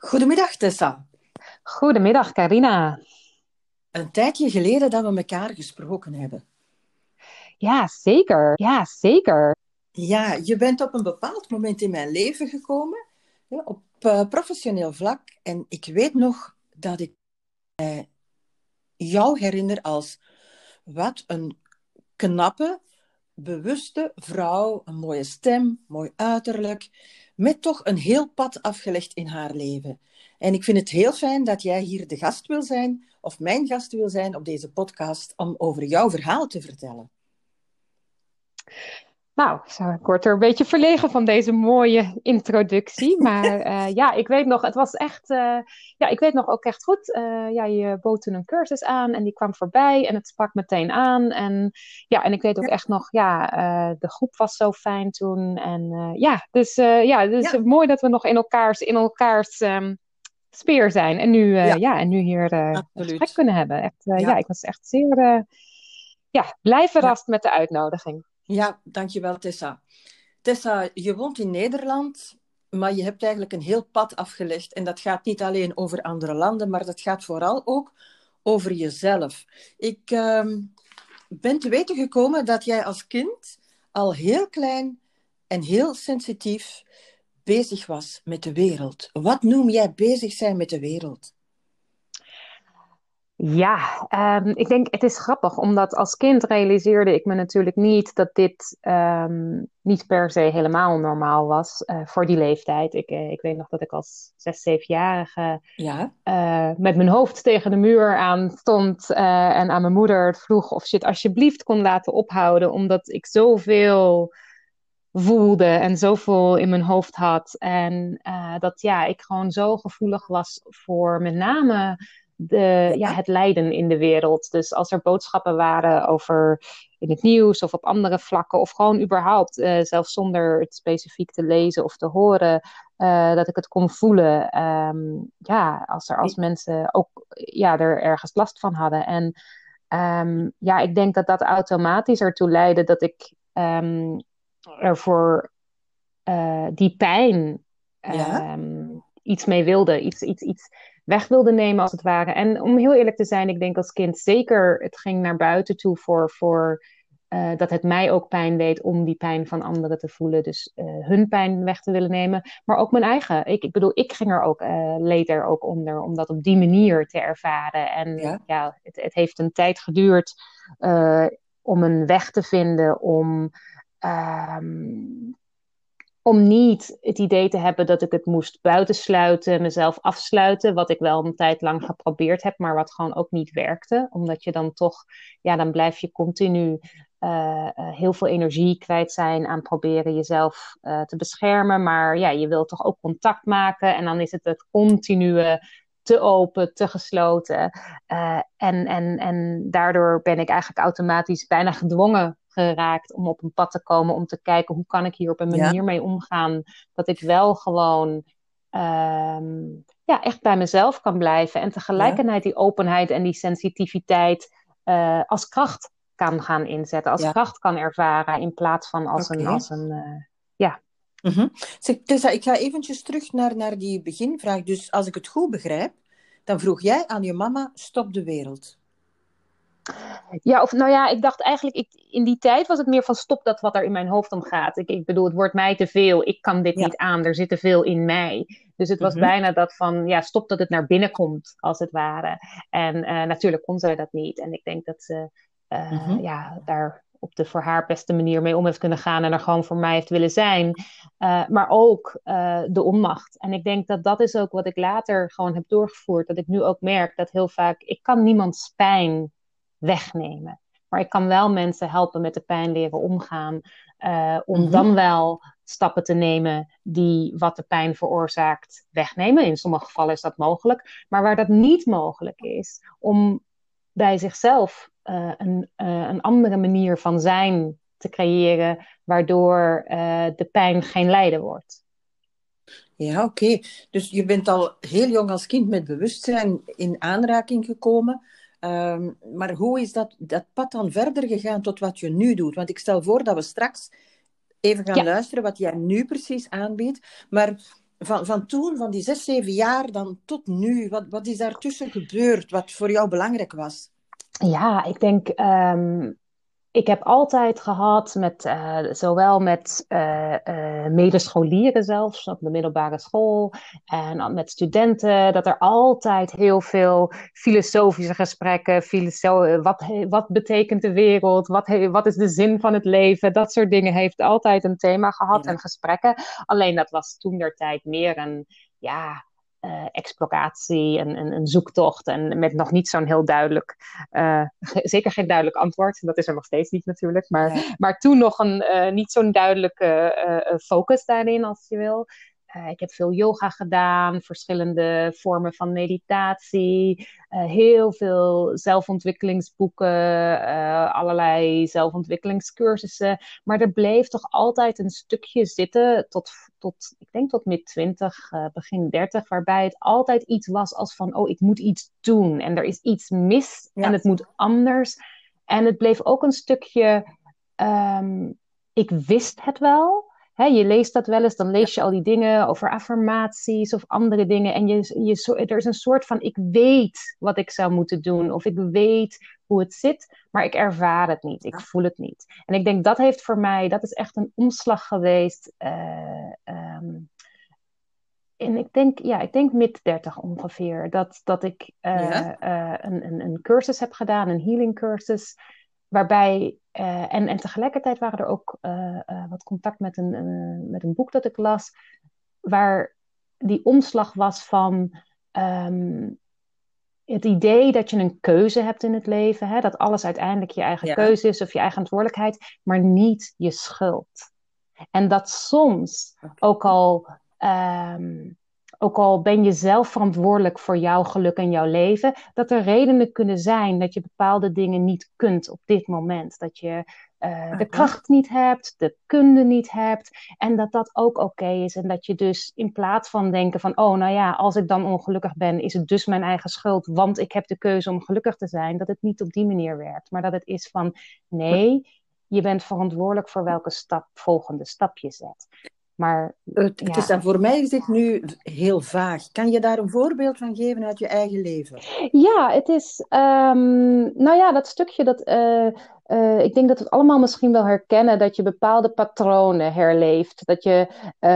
Goedemiddag Tessa. Goedemiddag, Carina. Een tijdje geleden dat we elkaar gesproken hebben. Ja, zeker. Ja, zeker. Ja, je bent op een bepaald moment in mijn leven gekomen, hè, op professioneel vlak. En ik weet nog dat ik jou herinner als wat een knappe, bewuste vrouw, een mooie stem, mooi uiterlijk, met toch een heel pad afgelegd in haar leven. En ik vind het heel fijn dat jij hier de gast wil zijn, of mijn gast wil zijn op deze podcast, om over jouw verhaal te vertellen. Nou, ik word er een beetje verlegen van deze mooie introductie. Maar ja, ik weet nog, het was echt. Ja, ik weet nog ook echt goed. Ja, je bood toen een cursus aan en die kwam voorbij en het sprak meteen aan. En ja, en ik weet ook Ja, echt nog, ja, de groep was zo fijn toen. En ja, dus ja, mooi dat we nog in elkaars speer zijn. En nu, ja, ja, en nu hier een gesprek absoluut. kunnen hebben. Echt, ja, Ja, ik was echt zeer. Ja, blij ja, verrast met de uitnodiging. ja, dankjewel Tessa. Tessa, je woont in Nederland, maar je hebt eigenlijk een heel pad afgelegd. En dat gaat niet alleen over andere landen, maar dat gaat vooral ook over jezelf. Ik ben te weten gekomen dat jij als kind al heel klein en heel sensitief bezig was met de wereld. Wat noem jij bezig zijn met de wereld? Ja, ik denk het is grappig, omdat als kind realiseerde ik me natuurlijk niet dat dit niet per se helemaal normaal was voor die leeftijd. Ik weet nog dat ik als 6, 7-jarige Ja, met mijn hoofd tegen de muur aan stond en aan mijn moeder vroeg of ze het alsjeblieft kon laten ophouden, omdat ik zoveel voelde en zoveel in mijn hoofd had. En dat ja, ik gewoon zo gevoelig was voor met name ja, het lijden in de wereld. Dus als er boodschappen waren over in het nieuws of op andere vlakken, of gewoon überhaupt, zelfs zonder het specifiek te lezen of te horen, dat ik het kon voelen. Ja, als mensen ook ja, er ergens last van hadden. En ja, ik denk dat dat automatisch ertoe leidde dat ik ervoor die pijn ja. iets mee wilde, iets weg wilde nemen als het ware. En om heel eerlijk te zijn, ik denk als kind zeker, het ging naar buiten toe voor dat het mij ook pijn deed om die pijn van anderen te voelen. Dus hun pijn weg te willen nemen. Maar ook mijn eigen. Ik bedoel, ik ging er ook, leed er ook onder om dat op die manier te ervaren. En Ja, ja, het heeft een tijd geduurd uh, om een weg te vinden um, om niet het idee te hebben dat ik het moest buitensluiten, mezelf afsluiten, wat ik wel een tijd lang geprobeerd heb, maar wat gewoon ook niet werkte. Omdat je dan toch, ja, dan blijf je continu heel veel energie kwijt zijn aan proberen jezelf te beschermen. Maar ja, je wilt toch ook contact maken en dan is het continue te open, te gesloten. En daardoor ben ik eigenlijk automatisch bijna gedwongen geraakt om op een pad te komen, om te kijken hoe kan ik hier op een ja, manier mee omgaan dat ik wel gewoon ja, echt bij mezelf kan blijven en ja. tegelijkertijd die openheid en die sensitiviteit als kracht kan gaan inzetten, als Ja, kracht kan ervaren in plaats van oké. ja. Mhm. Zeg, Tessa, ik ga eventjes terug naar die beginvraag. Dus als ik het goed begrijp, dan vroeg jij aan je mama, stop de wereld. Ja, of nou ja, ik dacht eigenlijk, in die tijd was het meer van stop dat wat er in mijn hoofd omgaat. Ik bedoel, het wordt mij te veel, ik kan dit Ja. niet aan, er zit te veel in mij. Dus het was Mhm. bijna dat van, ja, stop dat het naar binnen komt, als het ware. En natuurlijk kon zij dat niet. En ik denk dat ze Mhm. ja, daar op de voor haar beste manier mee om heeft kunnen gaan en er gewoon voor mij heeft willen zijn. Maar ook de onmacht. En ik denk dat dat is ook wat ik later gewoon heb doorgevoerd. Dat ik nu ook merk dat heel vaak, ik kan niemands pijn wegnemen. Maar ik kan wel mensen helpen met de pijn leren omgaan. Om Mhm. dan wel stappen te nemen die wat de pijn veroorzaakt wegnemen. In sommige gevallen is dat mogelijk. Maar waar dat niet mogelijk is, om bij zichzelf een andere manier van zijn te creëren, waardoor de pijn geen lijden wordt. Ja, oké. Dus je bent al heel jong als kind met bewustzijn in aanraking gekomen. Maar hoe is dat pad dan verder gegaan tot wat je nu doet? Want ik stel voor dat we straks even gaan Ja, luisteren wat jij nu precies aanbiedt. Maar van toen, van die 6, 7 jaar dan tot nu, wat is daartussen gebeurd, wat voor jou belangrijk was? Ja, ik denk, ik heb altijd gehad met, zowel met medescholieren zelfs, op de middelbare school, en met studenten, dat er altijd heel veel filosofische gesprekken, wat betekent de wereld, wat is de zin van het leven, dat soort dingen heeft altijd een thema gehad Ja. en gesprekken. Alleen dat was toentertijd meer een, ja, exploratie en een zoektocht en met nog niet zo'n heel duidelijk, zeker geen duidelijk antwoord. Dat is er nog steeds niet natuurlijk, Ja. maar toen nog een niet zo'n duidelijke focus daarin, als je wil. Ik heb veel yoga gedaan, verschillende vormen van meditatie, heel veel zelfontwikkelingsboeken, allerlei zelfontwikkelingscursussen. Maar er bleef toch altijd een stukje zitten ik denk tot mid-20, begin 30, waarbij het altijd iets was als van, oh, ik moet iets doen en er is iets mis en Ja. het moet anders. En het bleef ook een stukje, ik wist het wel. Hè, je leest dat wel eens, dan lees je al die dingen over affirmaties of andere dingen. En er is een soort van, ik weet wat ik zou moeten doen. Of ik weet hoe het zit, maar ik ervaar het niet. Ik voel het niet. En ik denk dat heeft voor mij, dat is echt een omslag geweest. En ik denk mid-30 ongeveer. Dat ik Ja. een cursus heb gedaan, een healing cursus. Waarbij, en tegelijkertijd waren er ook wat contact met een boek dat ik las. Waar die omslag was van het idee dat je een keuze hebt in het leven. Hè, dat alles uiteindelijk je eigen Ja. keuze is of je eigen verantwoordelijkheid. Maar niet je schuld. En dat soms, ook al ben je zelf verantwoordelijk voor jouw geluk en jouw leven, dat er redenen kunnen zijn dat je bepaalde dingen niet kunt op dit moment. Dat je de Aha. kracht niet hebt, de kunde niet hebt. En dat dat ook oké is. En dat je dus in plaats van denken van, oh nou ja, als ik dan ongelukkig ben, is het dus mijn eigen schuld, want ik heb de keuze om gelukkig te zijn. Dat het niet op die manier werkt. Maar dat het is van, nee, je bent verantwoordelijk voor welke volgende stap je zet. Maar Het is ja, dan, voor mij is dit nu heel vaag. Kan je daar een voorbeeld van geven uit je eigen leven? ja, het is, nou ja, dat stukje ik denk dat we het allemaal misschien wel herkennen, dat je bepaalde patronen herleeft. Dat je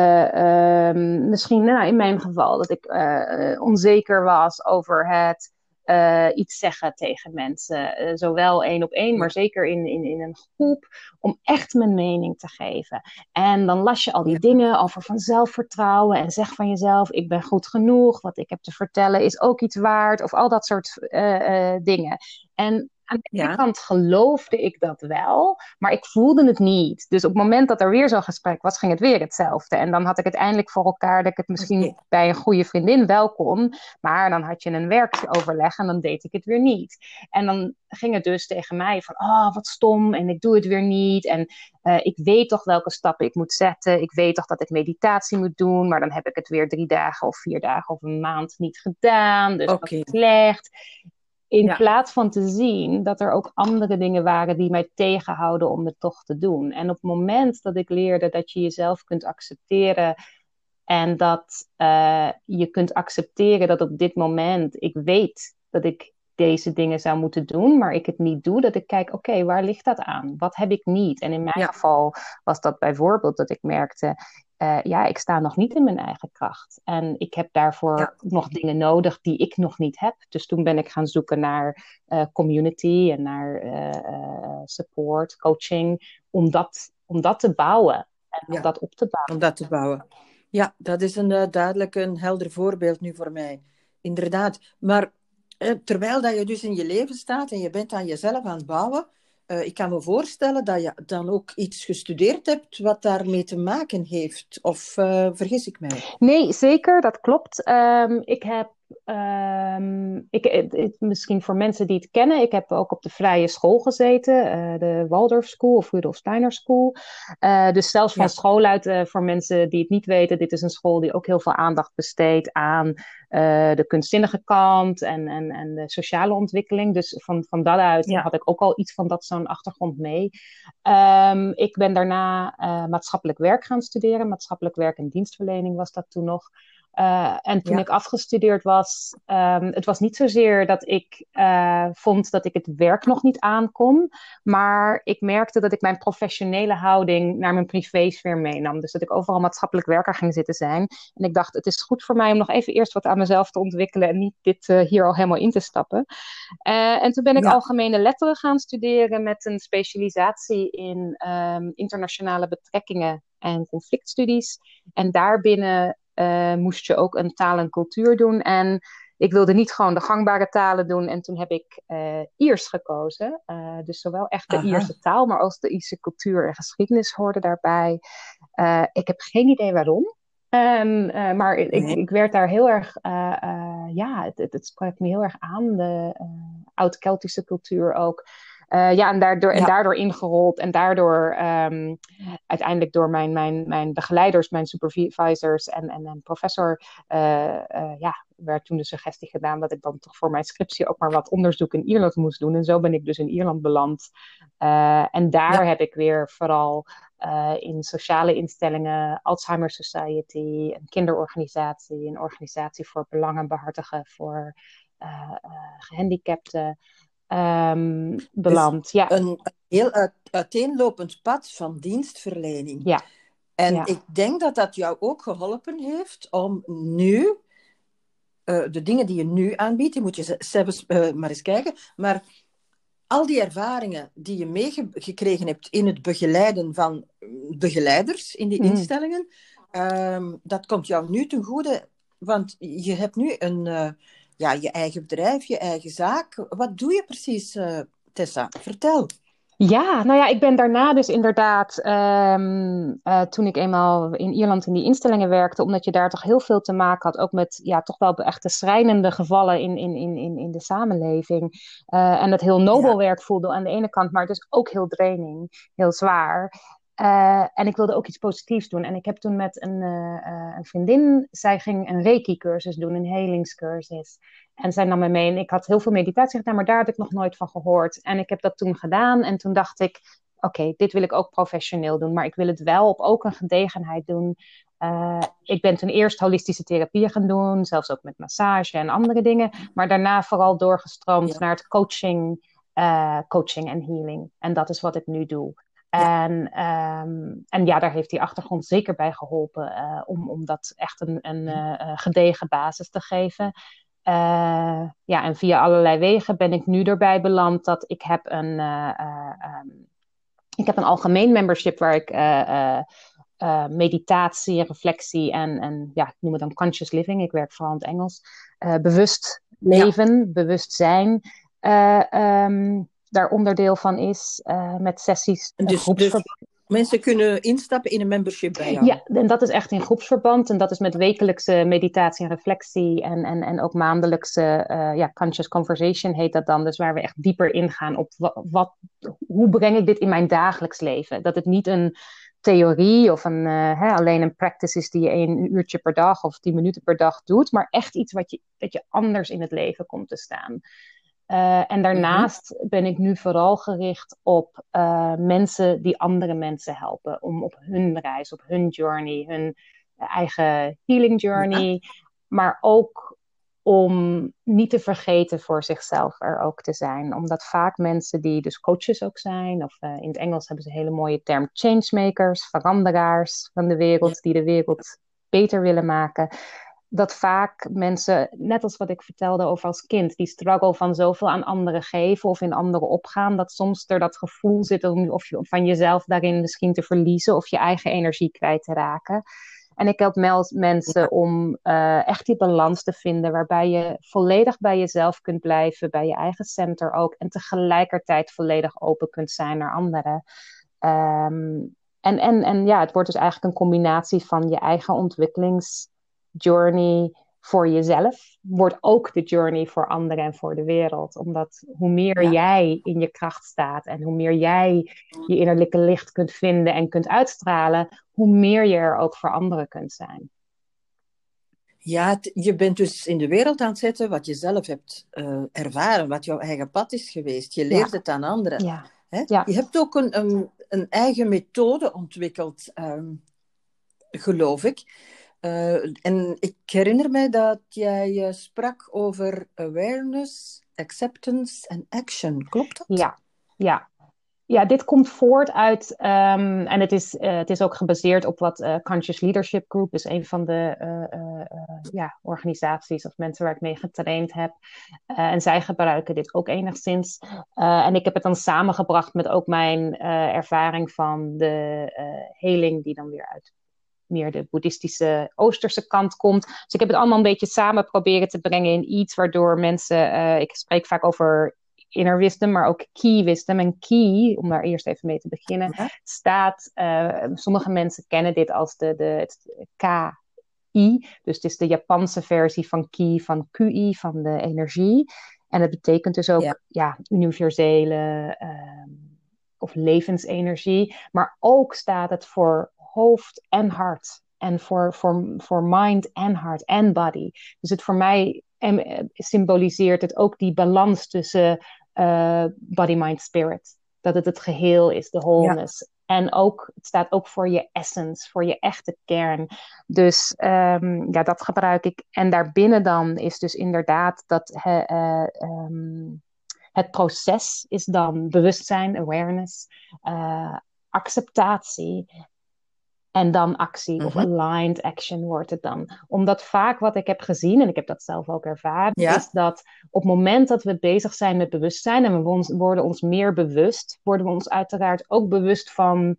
misschien, nou, in mijn geval, dat ik onzeker was over het iets zeggen tegen mensen. Zowel één op één, maar Ja. zeker in een groep, om echt mijn mening te geven. En dan las je al die Ja. dingen over van zelfvertrouwen en zeg van jezelf, ik ben goed genoeg, wat ik heb te vertellen is ook iets waard, of al dat soort dingen. En aan de ene Ja. kant geloofde ik dat wel, maar ik voelde het niet. Dus op het moment dat er weer zo'n gesprek was, ging het weer hetzelfde. En dan had ik het eindelijk voor elkaar dat ik het misschien Oké. bij een goede vriendin wel kon, maar dan had je een werkoverleg en dan deed ik het weer niet. En dan ging het dus tegen mij van, oh, wat stom en ik doe het weer niet. En ik weet toch welke stappen ik moet zetten. Ik weet toch dat ik meditatie moet doen, maar dan heb ik het weer 3 dagen of 4 dagen of een maand niet gedaan. Dus dat Oké. is slecht. In Ja. plaats van te zien dat er ook andere dingen waren die mij tegenhouden om het toch te doen. En op het moment dat ik leerde dat je jezelf kunt accepteren en dat je kunt accepteren dat op dit moment ik weet dat ik deze dingen zou moeten doen, maar ik het niet doe, dat ik kijk, oké, waar ligt dat aan? Wat heb ik niet? En in mijn Ja. geval was dat bijvoorbeeld dat ik merkte, ja, ik sta nog niet in mijn eigen kracht. En ik heb daarvoor Ja. nog dingen nodig die ik nog niet heb. Dus toen ben ik gaan zoeken naar community en naar support, coaching, om dat te bouwen en om Ja. dat op te bouwen. Om dat te bouwen. Ja, dat is een duidelijk een helder voorbeeld nu voor mij. Inderdaad. Maar terwijl dat je dus in je leven staat en je bent aan jezelf aan het bouwen, ik kan me voorstellen dat je dan ook iets gestudeerd hebt wat daarmee te maken heeft. Of vergis ik mij? Nee, zeker, dat klopt. Ik heb Misschien voor mensen die het kennen, ik heb ook op de vrije school gezeten, de Waldorf School of Rudolf Steiner School. Dus zelfs van Ja, school uit, voor mensen die het niet weten, dit is een school die ook heel veel aandacht besteedt aan de kunstzinnige kant en de sociale ontwikkeling. Dus van dat uit ja. had ik ook al iets van zo'n achtergrond mee. Ik ben daarna maatschappelijk werk gaan studeren. Maatschappelijk werk en dienstverlening was dat toen nog. En toen Ja. ik afgestudeerd was, het was niet zozeer dat ik vond dat ik het werk nog niet aankon, maar ik merkte dat ik mijn professionele houding naar mijn privésfeer meenam. Dus dat ik overal maatschappelijk werker ging zitten zijn. En ik dacht, het is goed voor mij om nog even eerst wat aan mezelf te ontwikkelen en niet dit hier al helemaal in te stappen. En toen ben ik Ja. algemene letteren gaan studeren met een specialisatie in internationale betrekkingen en conflictstudies. En daarbinnen moest je ook een taal en cultuur doen. En ik wilde niet gewoon de gangbare talen doen. En toen heb ik Iers gekozen. Dus zowel echt de Aha. Ierse taal, maar als de Ierse cultuur en geschiedenis hoorde daarbij. Ik heb geen idee waarom. Maar Nee. ik werd daar heel erg, het sprak me heel erg aan, de oud-Keltische cultuur ook. En Ja. daardoor ingerold en daardoor uiteindelijk door mijn begeleiders, mijn supervisors en een professor, werd toen de suggestie gedaan dat ik dan toch voor mijn scriptie ook maar wat onderzoek in Ierland moest doen. En zo ben ik dus in Ierland beland. En daar Ja. heb ik weer vooral in sociale instellingen, Alzheimer Society, een kinderorganisatie, een organisatie voor belangenbehartigen voor gehandicapten Dus beland. Ja, een heel uiteenlopend pad van dienstverlening. ja, En ja. ik denk dat dat jou ook geholpen heeft om nu, de dingen die je nu aanbiedt, die moet je zelfs maar eens kijken, maar al die ervaringen die je meegekregen hebt in het begeleiden van begeleiders in die instellingen, dat komt jou nu ten goede, want je hebt nu je eigen bedrijf, je eigen zaak. Wat doe je precies, Tessa? Vertel. Ja, nou ja, ik ben daarna dus inderdaad, toen ik eenmaal in Ierland in die instellingen werkte, omdat je daar toch heel veel te maken had, ook met ja, toch wel echte schrijnende gevallen in de samenleving. En dat heel nobel Ja, werk voelde aan de ene kant, maar dus ook heel draining, heel zwaar. En ik wilde ook iets positiefs doen. En ik heb toen met een vriendin, zij ging een Reiki-cursus doen, een helingscursus. En zij nam me mee en ik had heel veel meditatie gedaan, maar daar had ik nog nooit van gehoord. En ik heb dat toen gedaan en toen dacht ik, oké, dit wil ik ook professioneel doen, maar ik wil het wel op ook een gedegenheid doen. Ik ben toen eerst holistische therapie gaan doen, zelfs ook met massage en andere dingen, maar daarna vooral doorgestroomd ja, naar het coaching en healing. En dat is wat ik nu doe. ja. En ja, daar heeft die achtergrond zeker bij geholpen om dat echt een gedegen basis te geven. En via allerlei wegen ben ik nu erbij beland dat ik heb een algemeen membership waar ik meditatie, reflectie en ja, ik noem het dan conscious living. Ik werk vooral in het Engels. Bewust Ja. leven, bewustzijn. Daar onderdeel van is met sessies, Dus groepsverband. mensen kunnen instappen in een membership bij jou. Ja, en dat is echt in groepsverband. En dat is met wekelijkse meditatie en reflectie. En ook maandelijkse conscious conversation heet dat dan. Dus waar we echt dieper ingaan op hoe breng ik dit in mijn dagelijks leven. Dat het niet een theorie of alleen een practice is die je 1 uurtje per dag of 10 minuten per dag doet. Maar echt iets dat je anders in het leven komt te staan. En Mhm. daarnaast ben ik nu vooral gericht op mensen die andere mensen helpen. Om op hun reis, op hun journey, hun eigen healing Ja. journey. Maar ook om niet te vergeten voor zichzelf er ook te zijn. Omdat vaak mensen die dus coaches ook zijn, of in het Engels hebben ze een hele mooie term changemakers, veranderaars van de Ja. wereld, die de wereld beter willen maken, dat vaak mensen, net als wat ik vertelde over als kind, die struggle van zoveel aan anderen geven of in anderen opgaan, dat soms er dat gevoel zit of je van jezelf daarin misschien te verliezen of je eigen energie kwijt te raken. En ik help mensen om echt die balans te vinden waarbij je volledig bij jezelf kunt blijven, bij je eigen center ook, en tegelijkertijd volledig open kunt zijn naar anderen. En ja, het wordt dus eigenlijk een combinatie van je eigen ontwikkelingsjourney voor jezelf, wordt ook de journey voor anderen en voor de wereld. Omdat hoe meer Ja. jij in je kracht staat en hoe meer jij je innerlijke licht kunt vinden en kunt uitstralen, hoe meer je er ook voor anderen kunt zijn. Ja, je bent dus in de wereld aan het zetten wat je zelf hebt ervaren, wat jouw eigen pad is geweest. Je leert het aan anderen. Ja. Hè? Ja. Je hebt ook een eigen methode ontwikkeld, geloof ik. En ik herinner mij dat jij sprak over awareness, acceptance en action. Klopt dat? Ja. Ja, dit komt voort uit, en het is ook gebaseerd op wat Conscious Leadership Group is, een van de organisaties of mensen waar ik mee getraind heb. En zij gebruiken dit ook enigszins. En ik heb het dan samengebracht met ook mijn ervaring van de heling, die dan weer uit meer de boeddhistische Oosterse kant komt. Dus ik heb het allemaal een beetje samen proberen te brengen in iets waardoor mensen, ik spreek vaak over inner wisdom, maar ook key wisdom. En key, om daar eerst even mee te beginnen, staat, sommige mensen kennen dit als het KI. Dus het is de Japanse versie van ki, van QI, van de energie. En het betekent dus ook universele of levensenergie. Maar ook staat het voor hoofd en hart. En voor mind en hart en body. Dus het voor mij symboliseert het ook die balans tussen body, mind, spirit. Dat het geheel is, de wholeness. Ja. En ook, het staat ook voor je essence, voor je echte kern. Dus dat gebruik ik. En daarbinnen dan is dus inderdaad dat het proces is dan bewustzijn, awareness, acceptatie. En dan actie of aligned action wordt het dan. Omdat vaak wat ik heb gezien, en ik heb dat zelf ook ervaren, is dat op het moment dat we bezig zijn met bewustzijn en we worden ons meer bewust, worden we ons uiteraard ook bewust van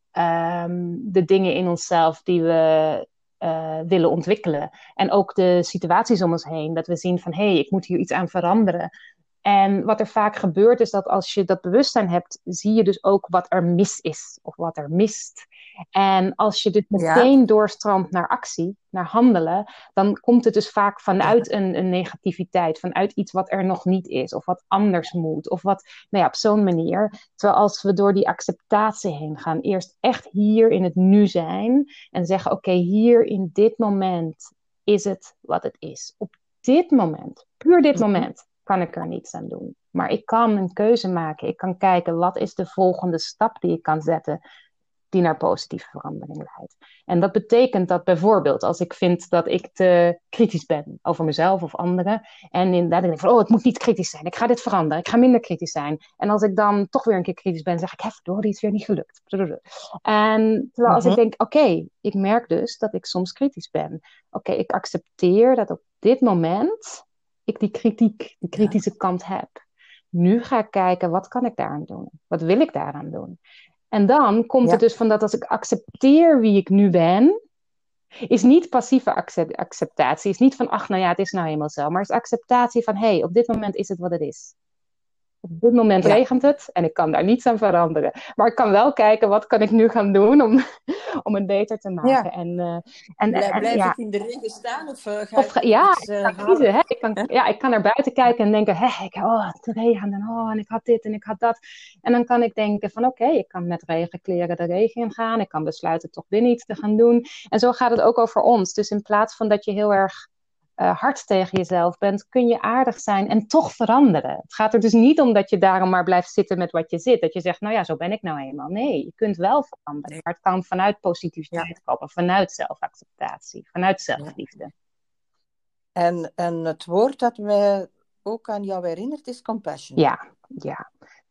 de dingen in onszelf die we willen ontwikkelen. En ook de situaties om ons heen. Dat we zien van, hé, ik moet hier iets aan veranderen. En wat er vaak gebeurt is dat als je dat bewustzijn hebt, zie je dus ook wat er mis is of wat er mist. En als je dus meteen doorstroomt naar actie, naar handelen, dan komt het dus vaak vanuit een negativiteit, vanuit iets wat er nog niet is of wat anders moet of wat, op zo'n manier. Terwijl als we door die acceptatie heen gaan, eerst echt hier in het nu zijn en zeggen, oké, hier in dit moment is het wat het is. Op dit moment, puur dit moment, kan ik er niets aan doen. Maar ik kan een keuze maken. Ik kan kijken, wat is de volgende stap die ik kan zetten die naar positieve verandering leidt. En dat betekent dat bijvoorbeeld als ik vind dat ik te kritisch ben over mezelf of anderen, en inderdaad denk ik van, het moet niet kritisch zijn, ik ga dit veranderen, ik ga minder kritisch zijn. En als ik dan toch weer een keer kritisch ben, zeg ik, verdorie, het is weer niet gelukt. En terwijl als ik denk, oké, ik merk dus dat ik soms kritisch ben. Oké, ik accepteer dat op dit moment ik die kritische kant heb. Nu ga ik kijken, wat kan ik daaraan doen? Wat wil ik daaraan doen? En dan komt het dus van dat als ik accepteer wie ik nu ben, is niet passieve acceptatie. Is niet van, het is nou helemaal zo. Maar is acceptatie van, op dit moment is het wat het is. Op dit moment regent het en ik kan daar niets aan veranderen. Maar ik kan wel kijken, wat kan ik nu gaan doen om het beter te maken. Ja. Blijf ik in de regen staan of ga ik kan kiezen. Hè? Ik kan naar buiten kijken en denken, het regent en ik had dit en ik had dat. En dan kan ik denken van ik kan met regenkleren de regen in gaan. Ik kan besluiten toch binnen iets te gaan doen. En zo gaat het ook over ons. Dus in plaats van dat je heel erg hard tegen jezelf bent, kun je aardig zijn en toch veranderen. Het gaat er dus niet om dat je daarom maar blijft zitten met wat je zit. Dat je zegt, zo ben ik nou eenmaal. Nee, je kunt wel veranderen. Maar het kan vanuit positiviteit komen, vanuit zelfacceptatie, vanuit zelfliefde. En het woord dat mij ook aan jou herinnert is compassion. Ja.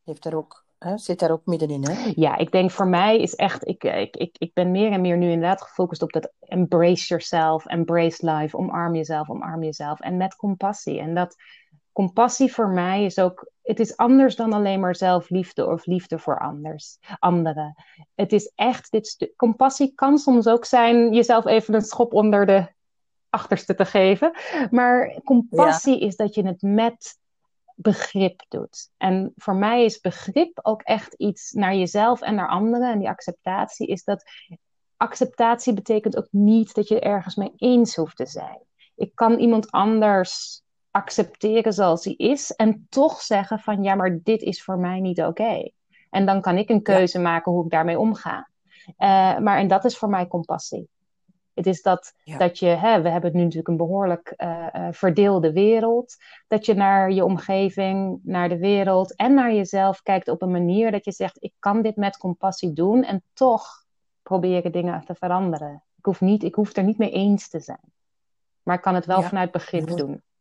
Zit daar ook middenin, hè? Ja, ik denk voor mij is echt, ik ben meer en meer nu inderdaad gefocust op dat embrace yourself, embrace life, omarm jezelf en met compassie. En dat compassie voor mij is ook, het is anders dan alleen maar zelfliefde of liefde voor anderen. Het is echt, compassie kan soms ook zijn jezelf even een schop onder de achterste te geven. Maar compassie is dat je het met begrip doet. En voor mij is begrip ook echt iets naar jezelf en naar anderen. En die acceptatie betekent ook niet dat je ergens mee eens hoeft te zijn. Ik kan iemand anders accepteren zoals hij is en toch zeggen van ja, maar dit is voor mij niet oké. En dan kan ik een Ja, keuze maken hoe ik daarmee omga. En dat is voor mij compassie. Het is ja, dat je, we hebben nu natuurlijk een behoorlijk verdeelde wereld, dat je naar je omgeving, naar de wereld en naar jezelf kijkt op een manier dat je zegt, ik kan dit met compassie doen en toch proberen dingen te veranderen. Ik hoef er niet mee eens te zijn, maar ik kan het wel ja. vanuit begrip Mooi, doen.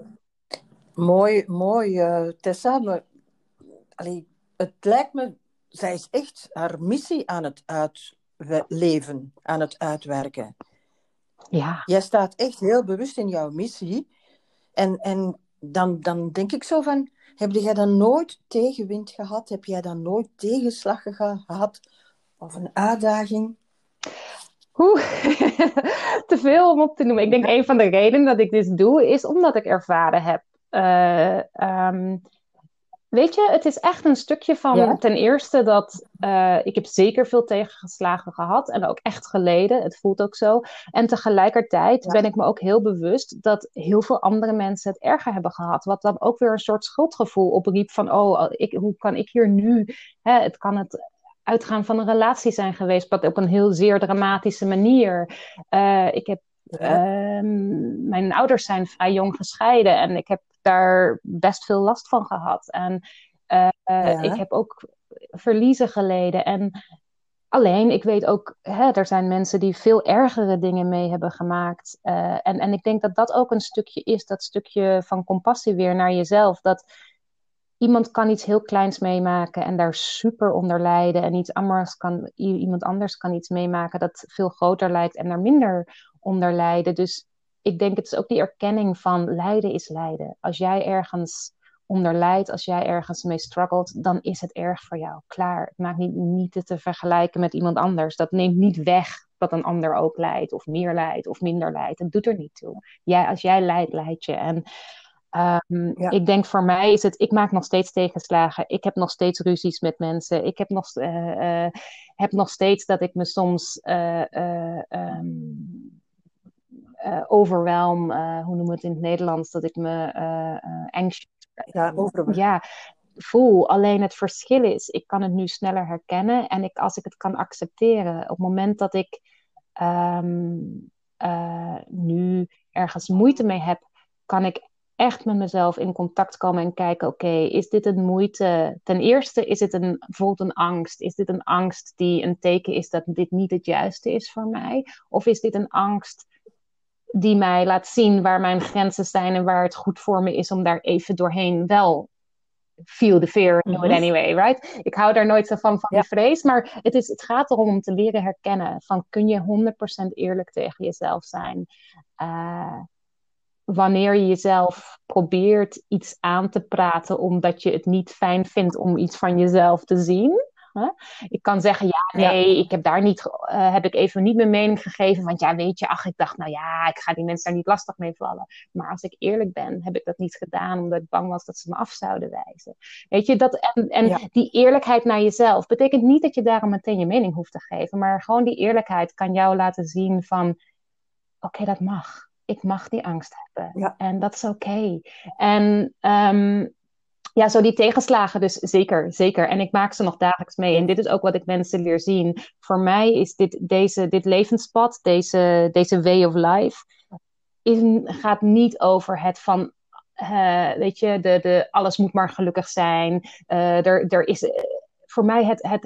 mooi, mooi, Tessa. Maar, allee, het lijkt me, zij is echt haar missie aan het uitleven, aan het uitwerken. Ja. Jij staat echt heel bewust in jouw missie. En dan denk ik zo van, heb jij dan nooit tegenwind gehad? Heb jij dan nooit tegenslag gehad? Of een uitdaging? Oeh, te veel om op te noemen. Ik denk een van de redenen dat ik dit doe, is omdat ik ervaren heb. eh, ehm, Weet je, het is echt een stukje van Ja? ten eerste dat ik heb zeker veel tegengeslagen gehad en ook echt geleden. Het voelt ook zo. En tegelijkertijd Ja. ben ik me ook heel bewust dat heel veel andere mensen het erger hebben gehad. Wat dan ook weer een soort schuldgevoel opriep van, hoe kan ik hier nu? Het kan het uitgaan van een relatie zijn geweest, wat op een heel zeer dramatische manier. Ik heb Ja. Mijn ouders zijn vrij jong gescheiden en ik heb daar best veel last van gehad. En ik Ja. heb ook verliezen geleden. En alleen, ik weet ook, er zijn mensen die veel ergere dingen mee hebben gemaakt. En ik denk dat dat ook een stukje is, dat stukje van compassie weer naar jezelf. Dat iemand kan iets heel kleins meemaken en daar super onder lijden. En iemand anders kan iets meemaken dat veel groter lijkt en daar minder onder lijden. Dus ik denk het is ook die erkenning van lijden is lijden. Als jij ergens onder lijdt, als jij ergens mee struggelt, dan is het erg voor jou. Klaar. Het maakt niet te vergelijken met iemand anders. Dat neemt niet weg dat een ander ook lijdt, of meer lijdt, of minder lijdt. Het doet er niet toe. Als jij lijdt, lijd je. En Ja. ik denk voor mij is het, ik maak nog steeds tegenslagen. Ik heb nog steeds ruzies met mensen. Ik heb nog steeds dat ik me soms overwhelm, hoe noemen we het in het Nederlands, dat ik me anxious, Ja, over. ja, voel. Alleen het verschil is, ik kan het nu sneller herkennen en als ik het kan accepteren, op het moment dat ik ehm, nu ergens moeite mee heb, kan ik echt met mezelf in contact komen en kijken, oké, is dit een moeite? Ten eerste is het bijvoorbeeld een angst. Is dit een angst die een teken is dat dit niet het juiste is voor mij? Of is dit een angst die mij laat zien waar mijn grenzen zijn en waar het goed voor me is om daar even doorheen wel feel the fear and do it Mhm. anyway, right? Ik hou daar nooit zo van Ja. die vrees, maar het gaat erom om te leren herkennen van kun je 100% eerlijk tegen jezelf zijn. Wanneer je jezelf probeert iets aan te praten omdat je het niet fijn vindt om iets van jezelf te zien. Hè? Ik kan zeggen, ja, Ja. nee, ik heb daar niet, heb ik even niet mijn mening gegeven. Want ja, weet je, ik dacht, nou ja, ik ga die mensen daar niet lastig mee vallen. Maar als ik eerlijk ben, heb ik dat niet gedaan omdat ik bang was dat ze me af zouden wijzen. Weet je, en Ja. die eerlijkheid naar jezelf betekent niet dat je daarom meteen je mening hoeft te geven. Maar gewoon die eerlijkheid kan jou laten zien van, oké, dat mag. Ik mag die angst hebben. Ja. En dat is oké. En ja, zo die tegenslagen dus zeker, zeker. En ik maak ze nog dagelijks mee. En dit is ook wat ik mensen leer zien. Voor mij is dit levenspad, deze way of life, gaat niet over het van, weet je, alles moet maar gelukkig zijn. Er is voor mij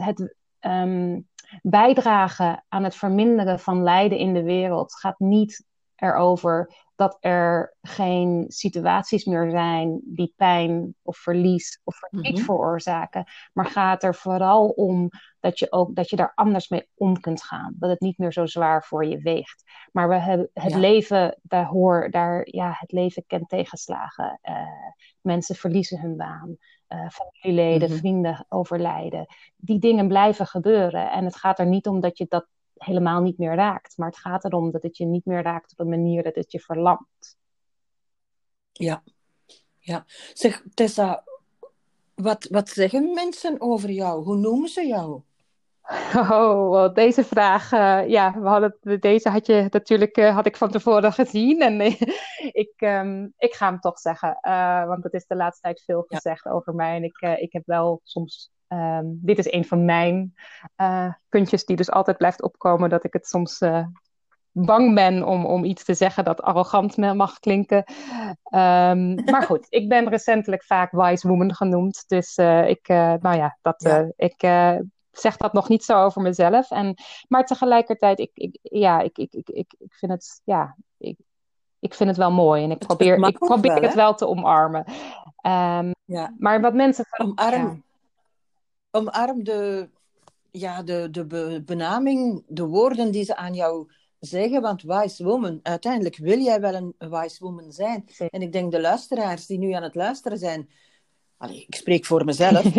bijdragen aan het verminderen van lijden in de wereld gaat niet erover dat er geen situaties meer zijn die pijn of verlies of verdriet Mhm. veroorzaken, maar gaat er vooral om dat je daar anders mee om kunt gaan, dat het niet meer zo zwaar voor je weegt. Maar we hebben het Ja. leven, het leven kent tegenslagen. Mensen verliezen hun baan, familieleden, Mhm. vrienden overlijden. Die dingen blijven gebeuren. En het gaat er niet om dat je dat helemaal niet meer raakt. Maar het gaat erom dat het je niet meer raakt op een manier dat het je verlamt. Ja. Ja. Zeg, Tessa, wat zeggen mensen over jou? Hoe noemen ze jou? Oh, wel, deze vraag, ja, deze had ik van tevoren gezien. En ik ga hem toch zeggen, want het is de laatste tijd veel Ja, gezegd over mij. En ik heb wel soms, dit is een van mijn puntjes die dus altijd blijft opkomen, dat ik het soms bang ben om iets te zeggen dat arrogant mag klinken. Maar goed, ik ben recentelijk vaak wise woman genoemd. Dus nou ja, ja. ik zeg dat nog niet zo over mezelf. Maar tegelijkertijd, ik vind het, ja, ik vind het wel mooi. En Het mag ik ook probeer wel, het hè? wel te omarmen. Ehm, Ja. maar wat mensen van, ja, Omarm, omarm de benaming, de woorden die ze aan jou zeggen. Want wise woman, uiteindelijk wil jij wel een wise woman zijn. En ik denk de luisteraars die nu aan het luisteren zijn, allee, ik spreek voor mezelf,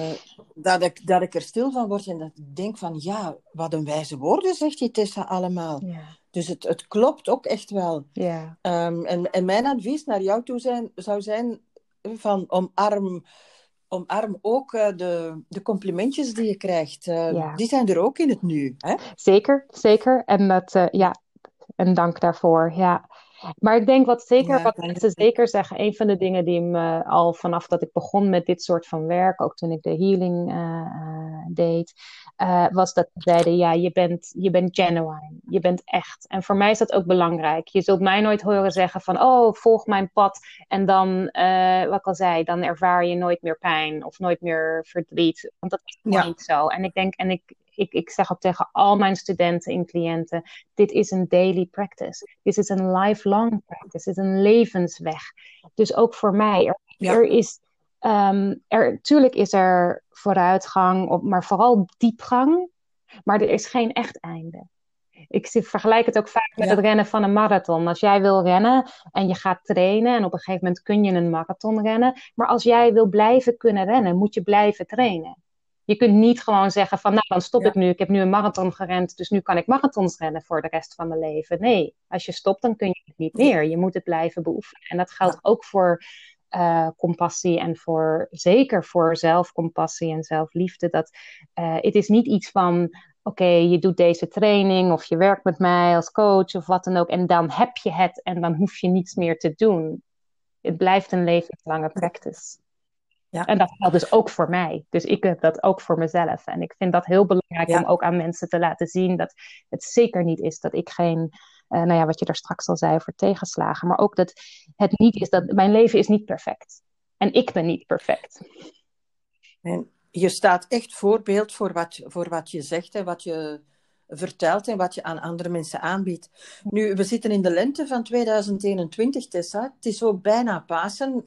dat ik er stil van word en dat ik denk van, ja, wat een wijze woorden zegt die Tessa allemaal. ja, Dus het klopt ook echt wel. ja, En mijn advies naar jou toe zou zijn van omarm ook de complimentjes die je krijgt. ja. Die zijn er ook in het nu. Hè? Zeker, zeker. En ja, en dank daarvoor. Ja. Maar ik denk Ja, wat mensen zeker zeggen, een van de dingen die me al vanaf dat ik begon met dit soort van werk, ook toen ik de healing deed, was dat ze zeiden, ja, je bent genuine, je bent echt. En voor mij is dat ook belangrijk. Je zult mij nooit horen zeggen van, oh, volg mijn pad en dan, wat ik al zei, dan ervaar je nooit meer pijn of nooit meer verdriet. Want dat is gewoon ja, niet zo. En ik denk, ik zeg ook tegen al mijn studenten en cliënten, dit is een daily practice. Dit is een lifelong practice. Dit is een levensweg. Dus ook voor mij. ja, Er is, tuurlijk is er vooruitgang, maar vooral diepgang. Maar er is geen echt einde. Vergelijk het ook vaak met het ja, rennen van een marathon. Als jij wil rennen en je gaat trainen en op een gegeven moment kun je een marathon rennen. Maar als jij wil blijven kunnen rennen, moet je blijven trainen. Je kunt niet gewoon zeggen van, nou dan stop ik ja, nu. Ik heb nu een marathon gerend, dus nu kan ik marathons rennen voor de rest van mijn leven. Nee, als je stopt, dan kun je het niet nee, meer. Je moet het blijven beoefenen. En dat geldt ja, ook voor compassie en zeker voor zelfcompassie en zelfliefde. Het is niet iets van, oké, je doet deze training of je werkt met mij als coach of wat dan ook. En dan heb je het en dan hoef je niets meer te doen. Het blijft een levenslange nee, practice. ja, En dat geldt dus ook voor mij. Dus ik heb dat ook voor mezelf. En ik vind dat heel belangrijk om ja, ook aan mensen te laten zien dat het zeker niet is dat ik geen, nou ja, wat je daar straks al zei over tegenslagen, maar ook dat het niet is dat mijn leven is niet perfect. En ik ben niet perfect. En je staat echt voorbeeld voor wat je zegt en wat je vertelt en wat je aan andere mensen aanbiedt. Nu, we zitten in de lente van 2021, Tessa. Het is ook bijna Pasen.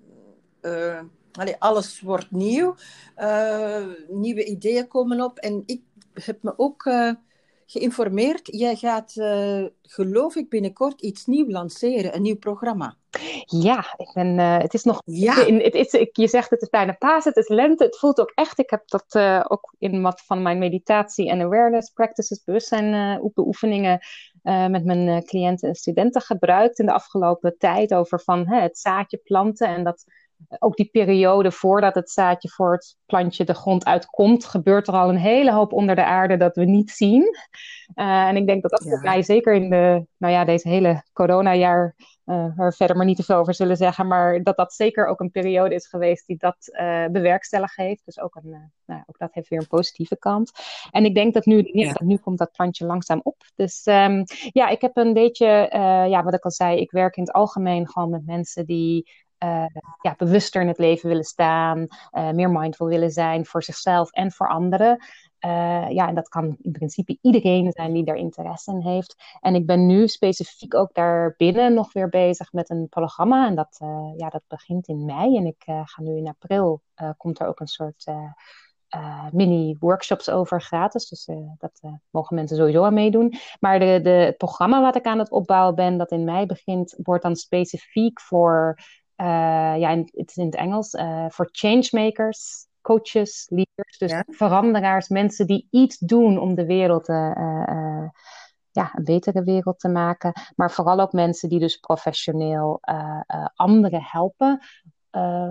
Alles wordt nieuw. Nieuwe ideeën komen op. En ik heb me ook geïnformeerd. Jij gaat, geloof ik, binnenkort iets nieuws lanceren. Een nieuw programma. Ja, het is nog. Ja, Je zegt het is bijna paas, het is lente. Het voelt ook echt. Ik heb dat ook in wat van mijn meditatie en awareness practices, bewustzijn beoefeningen met mijn cliënten en studenten gebruikt in de afgelopen tijd over van het zaadje planten en dat ook die periode voordat het zaadje voor het plantje de grond uitkomt, gebeurt er al een hele hoop onder de aarde dat we niet zien. En ik denk dat dat voor ja, mij zeker in nou ja, deze hele coronajaar waar we verder maar niet te veel over zullen zeggen, maar dat zeker ook een periode is geweest die dat bewerkstelligen heeft. Dus ook dat heeft weer een positieve kant. En ik denk dat ja, nu komt dat plantje langzaam op. Dus ja, ik heb een beetje, ja, wat ik al zei, ik werk in het algemeen gewoon met mensen die ja, bewuster in het leven willen staan, meer mindful willen zijn voor zichzelf en voor anderen. Ja, en dat kan in principe iedereen zijn die daar interesse in heeft. En ik ben nu specifiek ook daarbinnen nog weer bezig met een programma. En ja, dat begint in mei. En ik ga nu in april, komt er ook een soort mini-workshops over gratis. Dus dat mogen mensen sowieso aan meedoen. Maar het programma wat ik aan het opbouwen ben, dat in mei begint, wordt dan specifiek voor, ja, het is in het Engels, voor changemakers, coaches, leaders, dus ja, veranderaars, mensen die iets doen om de wereld ja, een betere wereld te maken. Maar vooral ook mensen die dus professioneel anderen helpen.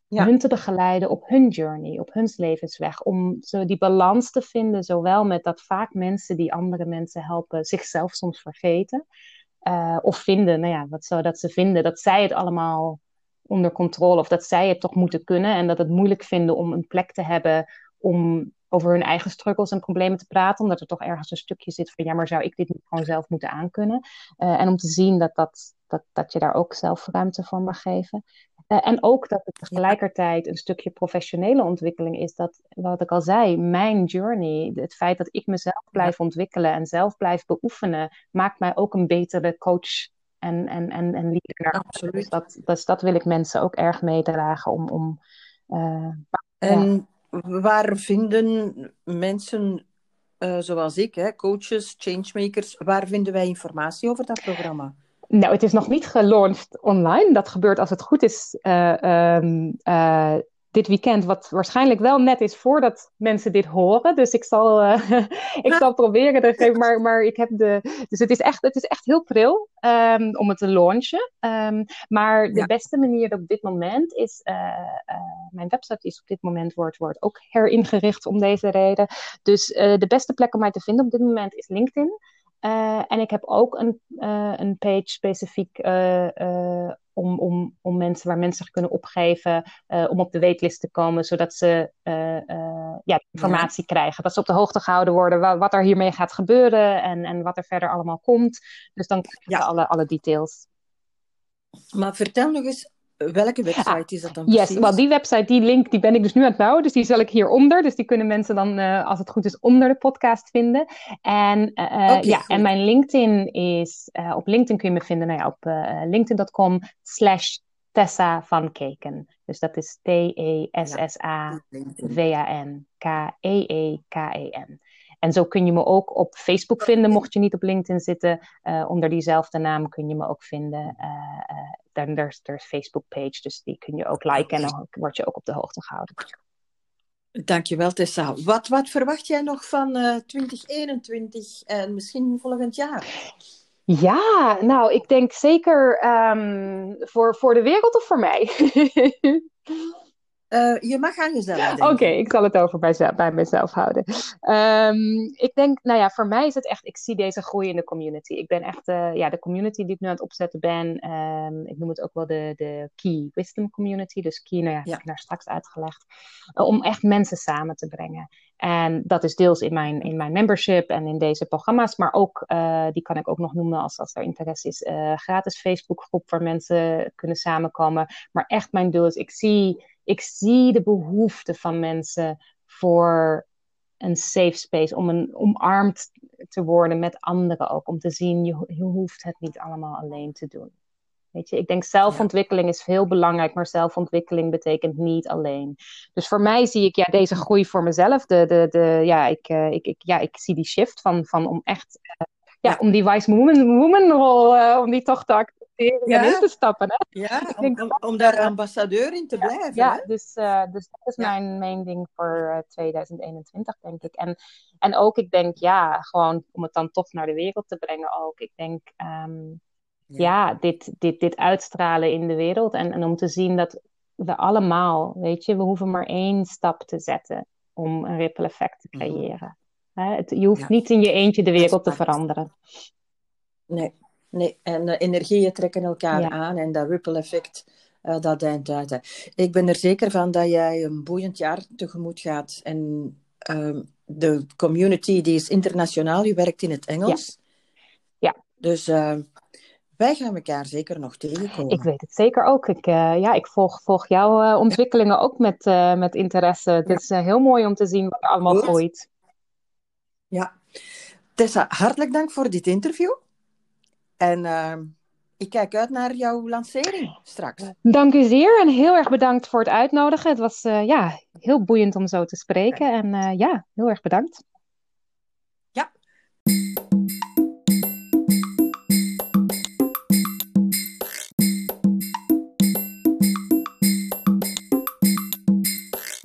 Ja, hun te begeleiden op hun journey, op hun levensweg. Om zo die balans te vinden, zowel met dat vaak mensen die andere mensen helpen zichzelf soms vergeten. Of vinden, nou ja, zodat ze vinden dat zij het allemaal onder controle, of dat zij het toch moeten kunnen en dat het moeilijk vinden om een plek te hebben om over hun eigen struggles en problemen te praten, omdat er toch ergens een stukje zit van ja, maar zou ik dit niet gewoon zelf moeten aankunnen? En om te zien dat je daar ook zelf ruimte voor mag geven. En ook dat het ja, tegelijkertijd een stukje professionele ontwikkeling is. Dat, wat ik al zei, mijn journey, het feit dat ik mezelf ja, blijf ontwikkelen en zelf blijf beoefenen, maakt mij ook een betere coach en leader naar anderen. absoluut. Dus dat wil ik mensen ook erg meedragen uh, ja. En waar vinden mensen zoals ik, hè, coaches, changemakers, waar vinden wij informatie over dat programma? Nou, het is nog niet gelaunched online. Dat gebeurt als het goed is dit weekend, wat waarschijnlijk wel net is voordat mensen dit horen. Dus ik zal, ik zal proberen te geven, maar ik heb Dus het is echt heel pril om het te launchen. Maar de Ja, beste manier op dit moment is... mijn website is op dit moment wordt ook heringericht om deze reden. Dus de beste plek om mij te vinden op dit moment is LinkedIn. En ik heb ook een page specifiek om mensen waar mensen zich kunnen opgeven om op de waitlist te komen, zodat ze ja, ja. informatie krijgen. Dat ze op de hoogte gehouden worden wat er hiermee gaat gebeuren en wat er verder allemaal komt. Dus dan krijgen Ja, ze alle details. maar vertel nog eens, welke Ah, website is dat dan yes, wel precies? die website, die link, die ben ik dus nu aan het bouwen. Dus die zal ik hieronder. Dus die kunnen mensen dan, als het goed is, onder de podcast vinden. En Oké, ja, en goed. mijn LinkedIn is... op LinkedIn kun je me vinden nou ja, op linkedin.com/Tessa van Keken. Dus dat is Ja, LinkedIn. Tessavankeken. En zo kun je me ook op Facebook vinden, mocht je niet op LinkedIn zitten. Onder diezelfde naam kun je me ook vinden. Dan er is een Facebook-page, dus die kun je ook liken en Oké. dan word je ook op de hoogte gehouden. Dankjewel, Tessa. Wat verwacht jij nog van 2021 en misschien volgend jaar? Ja, nou, ik denk zeker voor de wereld of voor mij? Je mag aan jezelf Oké, denken. ik zal het over bij mezelf houden. Ik denk, nou ja, voor mij is het echt, ik zie deze groei in de community. Ik ben echt, ja, de community die ik nu aan het opzetten ben, ik noem het ook wel de Key Wisdom Community. Dus Key, nou ja, heb Ja, ik daar straks uitgelegd. Om echt mensen samen te brengen. En dat is deels in mijn membership en in deze programma's, maar ook, die kan ik ook nog noemen als er interesse is, gratis Facebookgroep waar mensen kunnen samenkomen. Maar echt mijn doel is, ik zie de behoefte van mensen voor een safe space, om omarmd te worden met anderen ook. Om te zien, je hoeft het niet allemaal alleen te doen. Weet je, ik denk ja, zelfontwikkeling is heel belangrijk, maar zelfontwikkeling betekent niet alleen. Dus voor mij zie ik ja, deze groei voor mezelf. Ik zie die shift van om echt, ja, ja. om die wise woman rol, om die toch te accepteren en in Ja, te stappen. Hè? ja, Ik denk om dat, daar ambassadeur in te blijven, ja, hè? dus dat is Ja, mijn main ding voor 2021, denk ik. En ook, ik denk, ja, gewoon om het dan toch naar de wereld te brengen ook. Ik denk, ja. ja, dit uitstralen in de wereld. En om te zien dat we allemaal, weet je, we hoeven maar één stap te zetten om een ripple effect te Mhm. creëren. Je hoeft Ja, niet in je eentje de wereld te exact. veranderen. Nee, nee. En energieën trekken elkaar Ja, aan en dat ripple effect, dat deint uit. Hè. Ik ben er zeker van dat jij een boeiend jaar tegemoet gaat. En de community die is internationaal, je werkt in het ja, Engels. ja. Dus wij gaan elkaar zeker nog Ik tegenkomen. weet het zeker ook. Ik volg jouw ontwikkelingen ook met interesse. Het Ja, is heel mooi om te zien wat er allemaal goed. groeit. Ja. Tessa, hartelijk dank voor dit interview. En ik kijk uit naar jouw lancering straks. Dank u zeer en heel erg bedankt voor het uitnodigen. Het was ja, heel boeiend om zo te spreken. En ja, heel erg bedankt.